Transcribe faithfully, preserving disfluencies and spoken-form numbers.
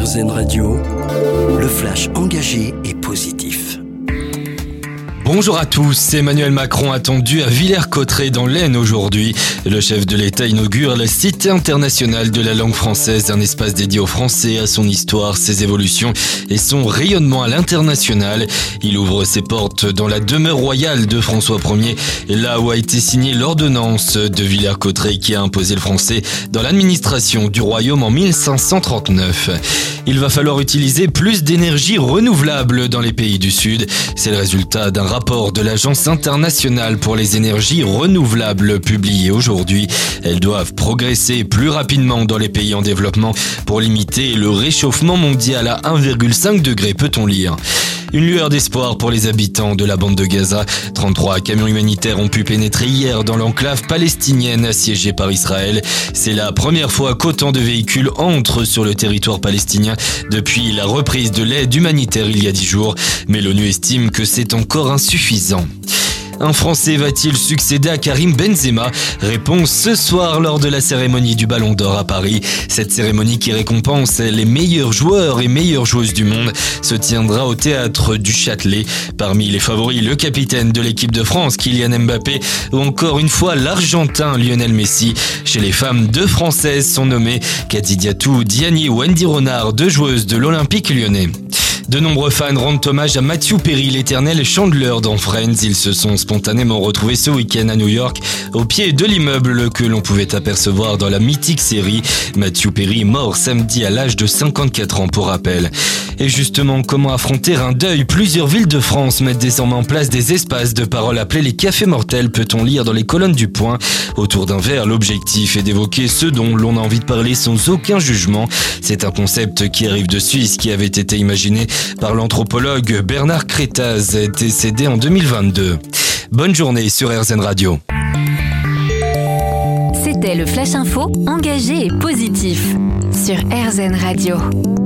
R Z N Radio, le flash engagé et positif. Bonjour à tous, Emmanuel Macron attendu à Villers-Cotterêts dans l'Aisne aujourd'hui. Le chef de l'État inaugure la Cité internationale de la langue française, un espace dédié aux Français, à son histoire, ses évolutions et son rayonnement à l'international. Il ouvre ses portes dans la demeure royale de François Ier, là où a été signée l'ordonnance de Villers-Cotterêts qui a imposé le français dans l'administration du royaume en mille cinq cent trente-neuf. Il va falloir utiliser plus d'énergie renouvelable dans les pays du Sud. C'est le résultat d'un rapport de l'Agence internationale pour les énergies renouvelables publié aujourd'hui. Elles doivent progresser plus rapidement dans les pays en développement pour limiter le réchauffement mondial à un virgule cinq degré, peut-on lire. Une lueur d'espoir pour les habitants de la bande de Gaza. trente-trois camions humanitaires ont pu pénétrer hier dans l'enclave palestinienne assiégée par Israël. C'est la première fois qu'autant de véhicules entrent sur le territoire palestinien depuis la reprise de l'aide humanitaire il y a dix jours. Mais l'ONU estime que c'est encore insuffisant. Un Français va-t-il succéder à Karim Benzema ? Réponse ce soir lors de la cérémonie du Ballon d'Or à Paris. Cette cérémonie qui récompense les meilleurs joueurs et meilleures joueuses du monde se tiendra au théâtre du Châtelet. Parmi les favoris, le capitaine de l'équipe de France, Kylian Mbappé, ou encore une fois l'Argentin Lionel Messi. Chez les femmes, deux Françaises sont nommées, Kadi Diatou, Diani ou Wendy Renard, deux joueuses de l'Olympique lyonnais. De nombreux fans rendent hommage à Matthew Perry, l'éternel Chandler dans Friends. Ils se sont spontanément retrouvés ce week-end à New York, au pied de l'immeuble que l'on pouvait apercevoir dans la mythique série. Matthew Perry, mort samedi à l'âge de cinquante-quatre ans pour rappel. Et justement, comment affronter un deuil ? Plusieurs villes de France mettent désormais en place des espaces de parole appelés les cafés mortels, peut-on lire dans les colonnes du Point. Autour d'un verre, l'objectif est d'évoquer ce dont l'on a envie de parler sans aucun jugement. C'est un concept qui arrive de Suisse, qui avait été imaginé par l'anthropologue Bernard Crétaz, décédé en deux mille vingt-deux. Bonne journée sur R Z N Radio. C'était le Flash Info, engagé et positif sur R Z N Radio.